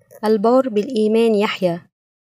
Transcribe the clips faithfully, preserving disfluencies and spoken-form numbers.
البار بالإيمان يحيى.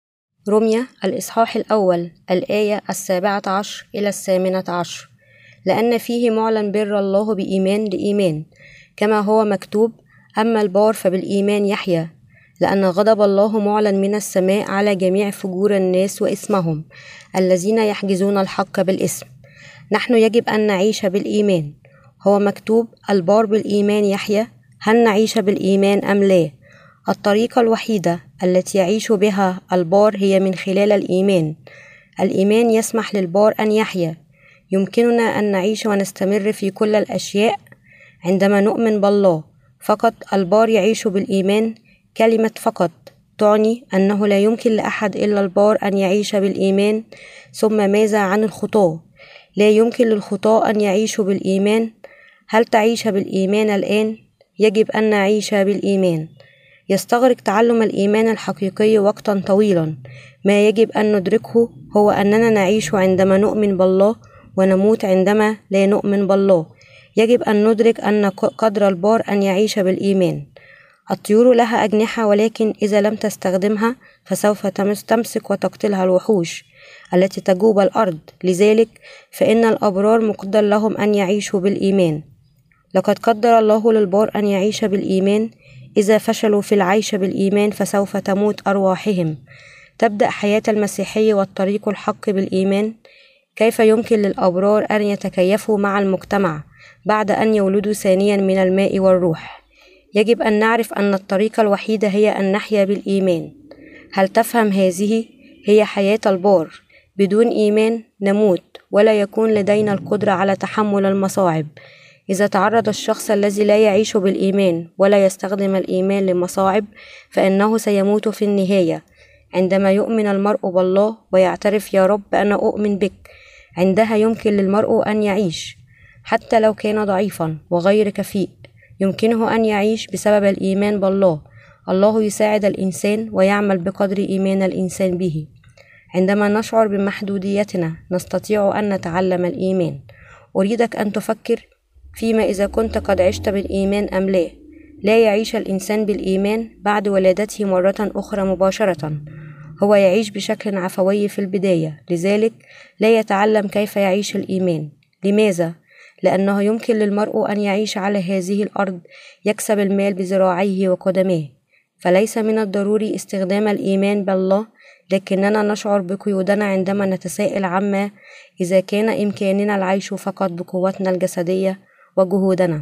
رمية الإصحاح الأول الآية السابعة عشر إلى الثامنة عشر. لأن فيه معلن بر الله بإيمان لإيمان، كما هو مكتوب: أما البار فبالإيمان يحيى. لأن غضب الله معلن من السماء على جميع فجور الناس وإثمهم الذين يحجزون الحق بالإثم. نحن يجب أن نعيش بالإيمان. هو مكتوب: البار بالإيمان يحيى. هل نعيش بالإيمان أم لا؟ الطريقة الوحيدة التي يعيش بها البار هي من خلال الإيمان. الإيمان يسمح للبار أن يحيا. يمكننا أن نعيش ونستمر في كل الأشياء عندما نؤمن بالله. فقط البار يعيش بالإيمان. كلمة فقط تعني أنه لا يمكن لأحد إلا البار أن يعيش بالإيمان. ثم ماذا عن الخطاة؟ لا يمكن للخطاة أن يعيشوا بالإيمان. هل تعيش بالإيمان الآن؟ يجب أن نعيش بالإيمان. يستغرق تعلم الإيمان الحقيقي وقتا طويلا. ما يجب أن ندركه هو أننا نعيش عندما نؤمن بالله ونموت عندما لا نؤمن بالله. يجب أن ندرك أن قدر البار أن يعيش بالإيمان. الطيور لها أجنحة، ولكن إذا لم تستخدمها فسوف تمسك وتقتلها الوحوش التي تجوب الأرض. لذلك فإن الأبرار مقدر لهم أن يعيشوا بالإيمان. لقد قدر الله للبار أن يعيش بالإيمان. إذا فشلوا في العيش بالإيمان فسوف تموت أرواحهم. تبدأ حياة المسيحية والطريق الحق بالإيمان. كيف يمكن للأبرار أن يتكيفوا مع المجتمع بعد أن يولدوا ثانيا من الماء والروح؟ يجب أن نعرف أن الطريقة الوحيدة هي أن نحيا بالإيمان. هل تفهم هذه؟ هي حياة البار. بدون إيمان نموت ولا يكون لدينا القدرة على تحمل المصاعب. إذا تعرض الشخص الذي لا يعيش بالإيمان ولا يستخدم الإيمان لمصاعب فإنه سيموت في النهاية. عندما يؤمن المرء بالله ويعترف: يا رب أنا أؤمن بك، عندها يمكن للمرء أن يعيش حتى لو كان ضعيفا وغير كفيء. يمكنه أن يعيش بسبب الإيمان بالله. الله يساعد الإنسان ويعمل بقدر إيمان الإنسان به. عندما نشعر بمحدوديتنا نستطيع أن نتعلم الإيمان. أريدك أن تفكر فيما إذا كنت قد عشت بالإيمان أم لا. لا يعيش الإنسان بالإيمان بعد ولادته مرة أخرى مباشرة. هو يعيش بشكل عفوي في البداية، لذلك لا يتعلم كيف يعيش الإيمان. لماذا؟ لأنه يمكن للمرء أن يعيش على هذه الأرض، يكسب المال بذراعيه وقدميه. فليس من الضروري استخدام الإيمان بالله، لكننا نشعر بقيودنا عندما نتساءل عما إذا كان إمكاننا العيش فقط بقوتنا الجسدية وجهودنا.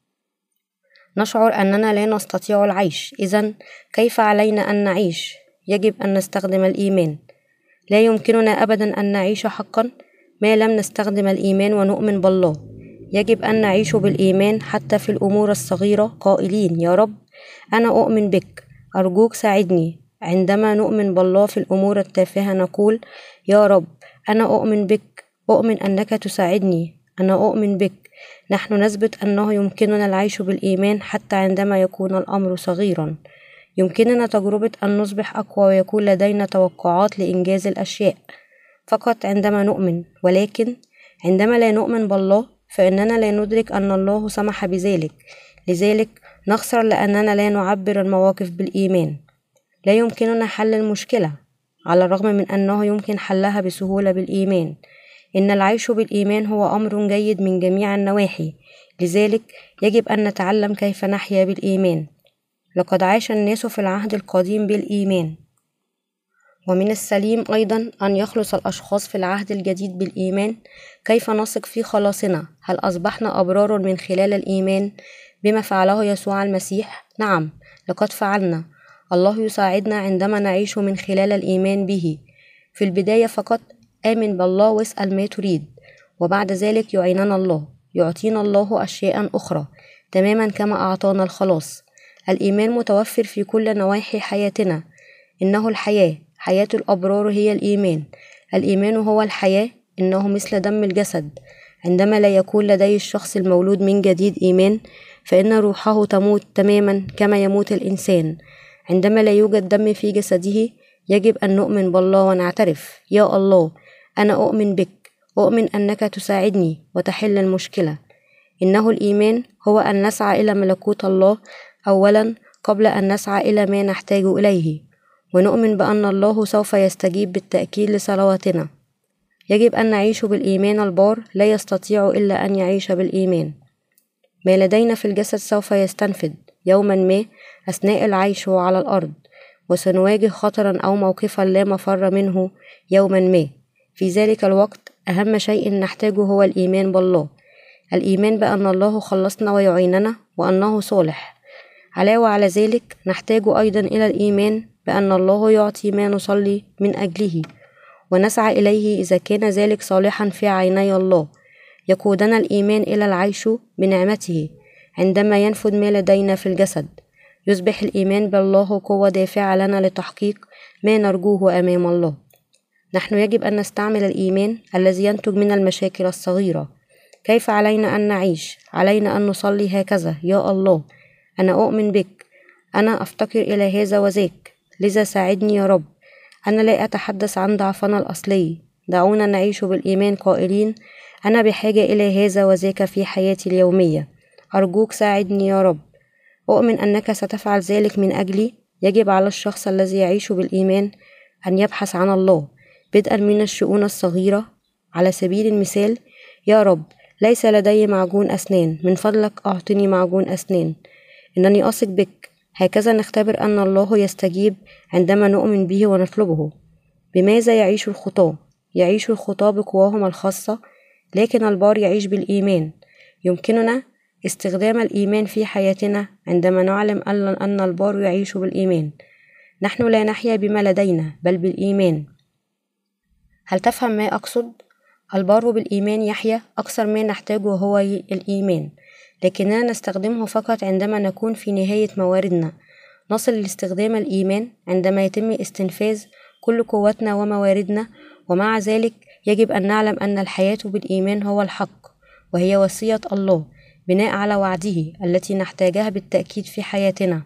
نشعر أننا لا نستطيع العيش. إذن كيف علينا أن نعيش؟ يجب أن نستخدم الإيمان. لا يمكننا أبدا أن نعيش حقا ما لم نستخدم الإيمان ونؤمن بالله. يجب أن نعيش بالإيمان حتى في الأمور الصغيرة، قائلين: يا رب أنا أؤمن بك، أرجوك ساعدني. عندما نؤمن بالله في الأمور التافهة نقول: يا رب أنا أؤمن بك، أؤمن أنك تساعدني، أنا أؤمن بك. نحن نثبت أنه يمكننا العيش بالإيمان حتى عندما يكون الأمر صغيرا. يمكننا تجربة أن نصبح أقوى ويكون لدينا توقعات لإنجاز الأشياء فقط عندما نؤمن. ولكن عندما لا نؤمن بالله فإننا لا ندرك أن الله سمح بذلك. لذلك نخسر لأننا لا نعبر المواقف بالإيمان. لا يمكننا حل المشكلة على الرغم من أنه يمكن حلها بسهولة بالإيمان. إن العيش بالإيمان هو أمر جيد من جميع النواحي. لذلك يجب أن نتعلم كيف نحيا بالإيمان. لقد عاش الناس في العهد القديم بالإيمان، ومن السليم أيضا أن يخلص الأشخاص في العهد الجديد بالإيمان. كيف نثق في خلاصنا؟ هل أصبحنا أبرار من خلال الإيمان بما فعله يسوع المسيح؟ نعم، لقد فعلنا. الله يساعدنا عندما نعيش من خلال الإيمان به. في البداية فقط آمن بالله واسأل ما تريد، وبعد ذلك يعيننا الله، يعطينا الله أشياء أخرى تماما كما أعطانا الخلاص. الإيمان متوفر في كل نواحي حياتنا. إنه الحياة. حياة الأبرار هي الإيمان. الإيمان هو الحياة. إنه مثل دم الجسد. عندما لا يكون لدي الشخص المولود من جديد إيمان فإن روحه تموت تماما كما يموت الإنسان. عندما لا يوجد دم في جسده يجب أن نؤمن بالله ونعترف: يا الله أنا أؤمن بك، أؤمن أنك تساعدني وتحل المشكلة. إنه الإيمان هو أن نسعى إلى ملكوت الله أولا قبل أن نسعى إلى ما نحتاج إليه، ونؤمن بأن الله سوف يستجيب بالتأكيد لصلواتنا. يجب أن نعيش بالإيمان البار لا يستطيع إلا أن يعيش بالإيمان. ما لدينا في الجسد سوف يستنفد يوما ما أثناء العيش على الأرض، وسنواجه خطرا أو موقفا لا مفر منه يوما ما. في ذلك الوقت أهم شيء نحتاجه هو الإيمان بالله، الإيمان بأن الله خلصنا ويعيننا وأنه صالح. علاوة على ذلك نحتاج أيضا إلى الإيمان بأن الله يعطي ما نصلي من أجله ونسعى إليه إذا كان ذلك صالحا في عيني الله. يقودنا الإيمان إلى العيش بنعمته عندما ينفذ ما لدينا في الجسد. يصبح الإيمان بالله قوة دافعة لنا لتحقيق ما نرجوه أمام الله. نحن يجب أن نستعمل الإيمان الذي ينتج من المشاكل الصغيرة. كيف علينا أن نعيش؟ علينا أن نصلي هكذا: يا الله، أنا أؤمن بك، أنا أفتقر إلى هذا وذاك، لذا ساعدني يا رب. أنا لا أتحدث عن ضعفنا الأصلي، دعونا نعيش بالإيمان قائلين: أنا بحاجة إلى هذا وذاك في حياتي اليومية، أرجوك ساعدني يا رب. أؤمن أنك ستفعل ذلك من أجلي. يجب على الشخص الذي يعيش بالإيمان أن يبحث عن الله بدءا من الشؤون الصغيرة. على سبيل المثال: يا رب، ليس لدي معجون أسنان، من فضلك أعطني معجون أسنان، إنني أثق بك. هكذا نختبر أن الله يستجيب عندما نؤمن به ونطلبه. بماذا يعيش الخطاة؟ يعيش الخطاة بقواهم الخاصة، لكن البار يعيش بالإيمان. يمكننا استخدام الإيمان في حياتنا عندما نعلم أن البار يعيش بالإيمان. نحن لا نحيا بما لدينا بل بالإيمان. هل تفهم ما أقصد؟ البار بالإيمان يحيا. أكثر ما نحتاجه هو الإيمان، لكننا نستخدمه فقط عندما نكون في نهاية مواردنا. نصل لاستخدام الإيمان عندما يتم استنفاذ كل قوتنا ومواردنا. ومع ذلك يجب أن نعلم أن الحياة بالإيمان هو الحق، وهي وصية الله بناء على وعده التي نحتاجها بالتأكيد في حياتنا.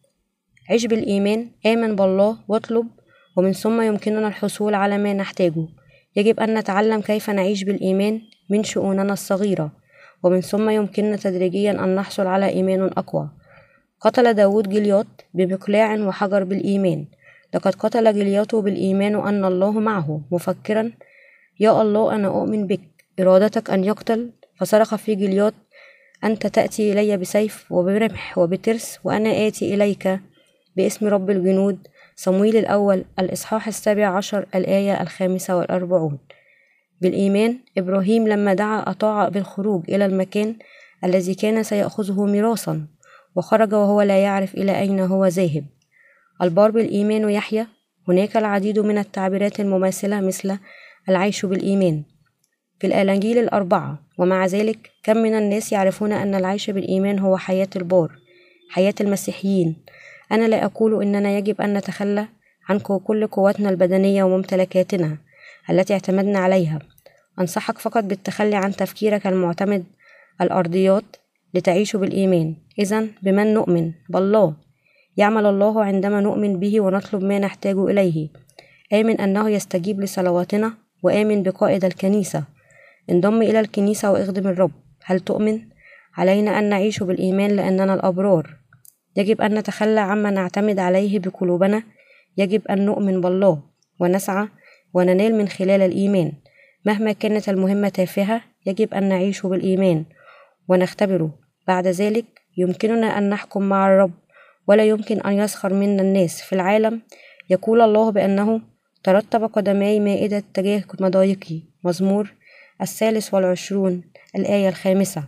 عش بالإيمان، آمن بالله واطلب، ومن ثم يمكننا الحصول على ما نحتاجه. يجب أن نتعلم كيف نعيش بالإيمان من شؤوننا الصغيرة، ومن ثم يمكننا تدريجيا أن نحصل على إيمان أقوى. قتل داود جليات بمقلاع وحجر بالإيمان. لقد قتل جليات بالإيمان أن الله معه، مفكرا: يا الله، أنا أؤمن بك، إرادتك أن يقتل. فصرخ في جليات: أنت تأتي إلي بسيف وبرمح وبترس، وأنا آتي إليك باسم رب الجنود. صمويل الأول الإصحاح السابع عشر الآية الخامسة والأربعون. بالإيمان إبراهيم لما دعا أطاع بالخروج إلى المكان الذي كان سيأخذه ميراثا، وخرج وهو لا يعرف إلى أين هو ذاهب. البار بالإيمان يحيا. هناك العديد من التعبيرات المماثلة مثل العيش بالإيمان في الأناجيل الأربعة، ومع ذلك كم من الناس يعرفون أن العيش بالإيمان هو حياة البار، حياة المسيحيين. أنا لا أقول إننا يجب أن نتخلى عن كل قوتنا البدنية وممتلكاتنا التي اعتمدنا عليها. أنصحك فقط بالتخلي عن تفكيرك المعتمد الأرضيات لتعيش بالإيمان. إذن بمن نؤمن؟ بالله. يعمل الله عندما نؤمن به ونطلب ما نحتاج إليه. آمن أنه يستجيب لصلواتنا، وآمن بقائد الكنيسة. انضم إلى الكنيسة واخدم الرب. هل تؤمن؟ علينا أن نعيش بالإيمان لأننا الأبرار. يجب أن نتخلى عما نعتمد عليه بقلوبنا. يجب أن نؤمن بالله ونسعى وننال من خلال الإيمان. مهما كانت المهمة تافهة يجب أن نعيش بالإيمان ونختبره. بعد ذلك يمكننا أن نحكم مع الرب، ولا يمكن أن يسخر منا الناس في العالم. يقول الله بأنه ترتب قدمي مائدة تجاه مضايقي. مزمور الثالث والعشرون الآية الخامسة.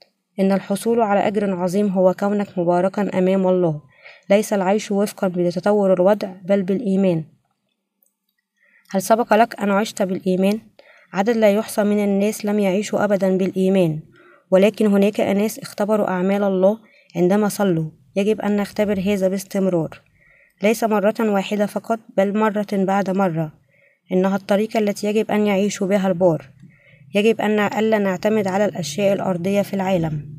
إن الحصول على أجر عظيم هو كونك مباركا أمام الله، ليس العيش وفقا بتطور الوضع بل بالإيمان. هل سبق لك أن عشت بالإيمان؟ عدد لا يحصى من الناس لم يعيشوا أبدا بالإيمان، ولكن هناك أناس اختبروا أعمال الله عندما صلوا. يجب أن نختبر هذا باستمرار، ليس مرة واحدة فقط بل مرة بعد مرة. إنها الطريقة التي يجب أن يعيش بها البار. يجب أن ألا نعتمد على الأشياء الأرضية في العالم،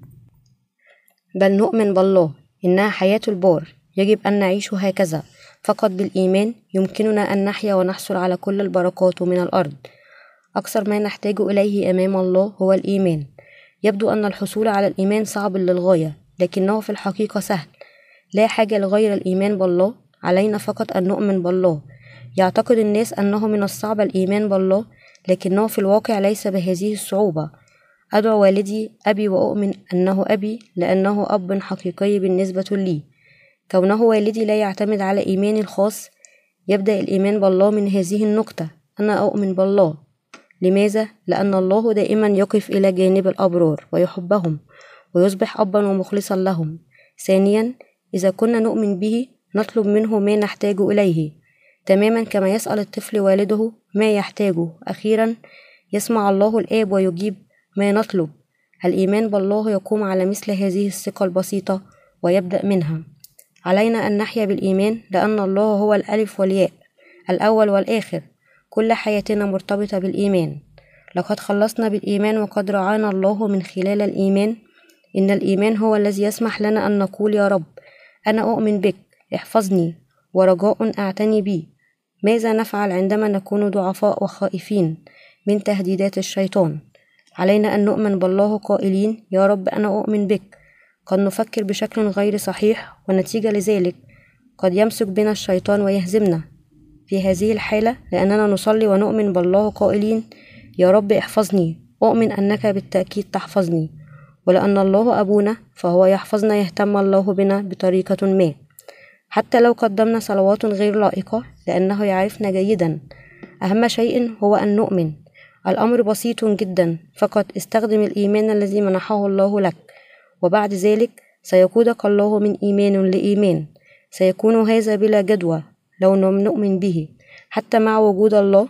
بل نؤمن بالله. إنها حياة البار. يجب أن نعيش هكذا فقط بالإيمان. يمكننا أن نحيا ونحصل على كل البركات من الأرض. أكثر ما نحتاج إليه أمام الله هو الإيمان. يبدو أن الحصول على الإيمان صعب للغاية، لكنه في الحقيقة سهل. لا حاجة لغير الإيمان بالله، علينا فقط أن نؤمن بالله. يعتقد الناس أنه من الصعب الإيمان بالله، لكنه في الواقع ليس بهذه الصعوبة. أدعو والدي أبي وأؤمن أنه أبي لأنه أب حقيقي بالنسبة لي. كونه والدي لا يعتمد على إيماني الخاص، يبدأ الإيمان بالله من هذه النقطة: أنا أؤمن بالله. لماذا؟ لأن الله دائما يقف إلى جانب الأبرار ويحبهم ويصبح أبا ومخلصا لهم. ثانيا، إذا كنا نؤمن به نطلب منه ما نحتاج إليه، تماما كما يسأل الطفل والده ما يحتاجه. أخيرا، يسمع الله الآب ويجيب ما نطلب. الإيمان بالله يقوم على مثل هذه الثقة البسيطة ويبدأ منها. علينا أن نحيا بالإيمان، لأن الله هو الألف والياء، الأول والآخر. كل حياتنا مرتبطة بالإيمان. لقد خلصنا بالإيمان، وقد رعانا الله من خلال الإيمان. إن الإيمان هو الذي يسمح لنا أن نقول: يا رب، أنا أؤمن بك، احفظني، ورجاء أعتني بي. ماذا نفعل عندما نكون ضعفاء وخائفين من تهديدات الشيطان؟ علينا أن نؤمن بالله قائلين: يا رب، أنا أؤمن بك. قد نفكر بشكل غير صحيح، ونتيجة لذلك قد يمسك بنا الشيطان ويهزمنا. في هذه الحالة، لأننا نصلي ونؤمن بالله قائلين: يا رب احفظني، أؤمن أنك بالتأكيد تحفظني. ولأن الله أبونا فهو يحفظنا، يهتم الله بنا بطريقة ما، حتى لو قدمنا صلوات غير لائقة، لأنه يعرفنا جيدا. أهم شيء هو أن نؤمن. الأمر بسيط جدا، فقط استخدم الإيمان الذي منحه الله لك، وبعد ذلك سيقودك الله من إيمان لإيمان. سيكون هذا بلا جدوى لو لم نؤمن به. حتى مع وجود الله،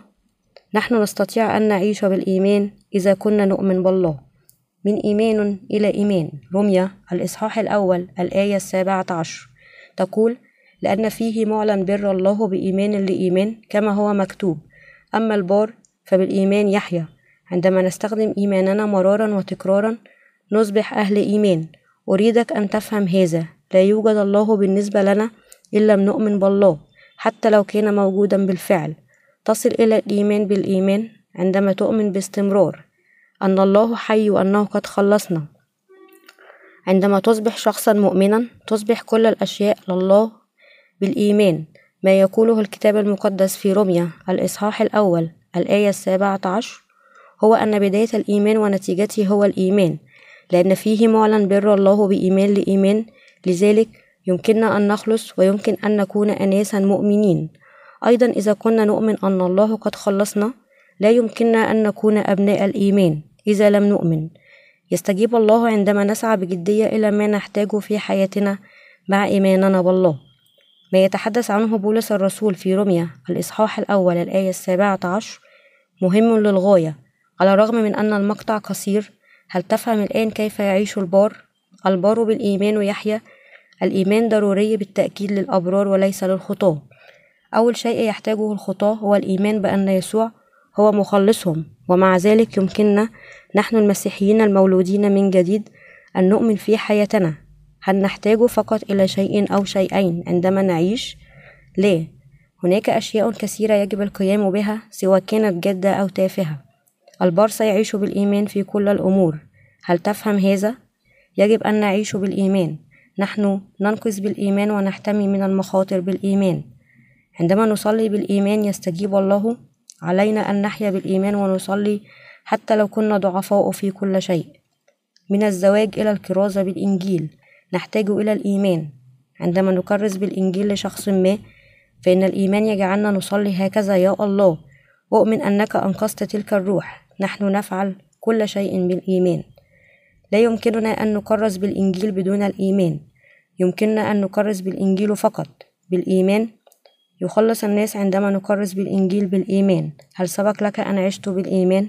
نحن نستطيع أن نعيش بالإيمان إذا كنا نؤمن بالله. من إيمان إلى إيمان. رمية الإصحاح الأول الآية السابعة عشر تقول: لأن فيه معلن بر الله بإيمان لإيمان، كما هو مكتوب: أما البار فبالإيمان يحيا. عندما نستخدم إيماننا مرارا وتكرارا نصبح أهل إيمان. أريدك أن تفهم هذا: لا يوجد الله بالنسبة لنا إن لم نؤمن بالله، حتى لو كان موجودا بالفعل. تصل إلى الإيمان بالإيمان عندما تؤمن باستمرار أن الله حي وأنه قد خلصنا. عندما تصبح شخصا مؤمنا، تصبح كل الأشياء لله بالإيمان. ما يقوله الكتاب المقدس في رمية الإصحاح الأول الآية السابعة عشر هو أن بداية الإيمان ونتيجته هو الإيمان، لأن فيه معلن بر الله بإيمان لإيمان. لذلك يمكننا أن نخلص، ويمكن أن نكون أناسا مؤمنين. أيضا إذا كنا نؤمن أن الله قد خلصنا، لا يمكننا أن نكون أبناء الإيمان إذا لم نؤمن. يستجيب الله عندما نسعى بجدية إلى ما نحتاجه في حياتنا مع إيماننا بالله. ما يتحدث عنه بولس الرسول في رمية الإصحاح الأول الآية السابعة عشر مهم للغاية. على الرغم من أن المقطع قصير، هل تفهم الآن كيف يعيش البار؟ البار بالإيمان يحيا. الإيمان ضروري بالتأكيد للأبرار وليس للخطاة. أول شيء يحتاجه الخطاة هو الإيمان بأن يسوع هو مخلصهم، ومع ذلك يمكننا نحن المسيحيين المولودين من جديد أن نؤمن في حياتنا. هل نحتاج فقط إلى شيء أو شيئين عندما نعيش؟ لا، هناك أشياء كثيرة يجب القيام بها سواء كانت جادة أو تافهة. البار سيعيش بالإيمان في كل الأمور. هل تفهم هذا؟ يجب أن نعيش بالإيمان. نحن ننقذ بالإيمان ونحتمي من المخاطر بالإيمان. عندما نصلي بالإيمان يستجيب الله. علينا أن نحيا بالإيمان ونصلي حتى لو كنا ضعفاء في كل شيء. من الزواج إلى الكرازة بالإنجيل نحتاج إلى الإيمان. عندما نكرز بالإنجيل لشخص ما، فإن الإيمان يجعلنا نصلي هكذا: يا الله، أؤمن أنك أنقذت تلك الروح. نحن نفعل كل شيء بالإيمان. لا يمكننا أن نكرز بالإنجيل بدون الإيمان. يمكننا أن نكرز بالإنجيل فقط بالإيمان. يخلص الناس عندما نكرز بالإنجيل بالإيمان. هل سبق لك أن عشت بالإيمان؟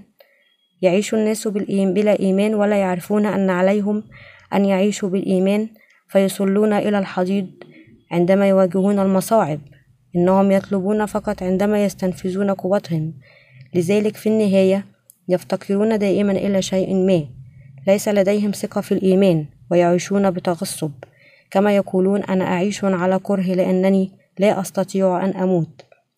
يعيش الناس بلا إيمان ولا يعرفون أن عليهم أن يعيشوا بالإيمان، فيصلون إلى الحضيض عندما يواجهون المصاعب. إنهم يطلبون فقط عندما يستنفذون قوتهم. لذلك في النهاية يفتقرون دائما إلى شيء ما. ليس لديهم ثقة في الإيمان ويعيشون بتغصب، كما يقولون: أنا أعيش على كره لأنني لا أستطيع أن أموت.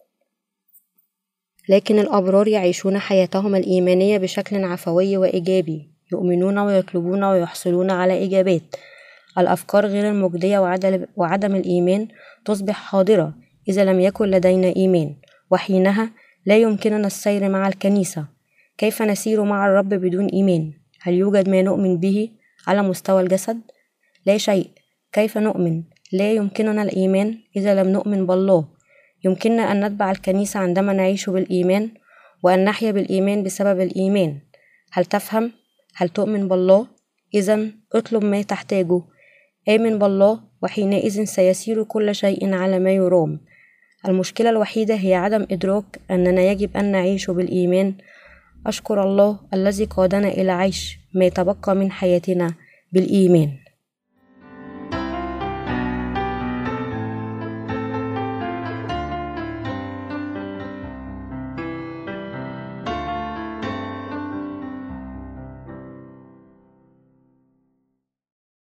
لكن الأبرار يعيشون حياتهم الإيمانية بشكل عفوي وإيجابي. يؤمنون ويطلبون ويحصلون على إجابات. الأفكار غير المجدية وعدم الإيمان تصبح حاضرة إذا لم يكن لدينا إيمان، وحينها لا يمكننا السير مع الكنيسة. كيف نسير مع الرب بدون إيمان؟ هل يوجد ما نؤمن به على مستوى الجسد؟ لا شيء. كيف نؤمن؟ لا يمكننا الإيمان إذا لم نؤمن بالله. يمكننا أن نتبع الكنيسة عندما نعيش بالإيمان، وأن نحيا بالإيمان بسبب الإيمان. هل تفهم؟ هل تؤمن بالله؟ إذن اطلب ما تحتاجه. آمن بالله، وحينئذ سيسير كل شيء على ما يرام. المشكلة الوحيدة هي عدم إدراك أننا يجب أن نعيش بالإيمان. أشكر الله الذي قادنا إلى عيش ما تبقى من حياتنا بالإيمان.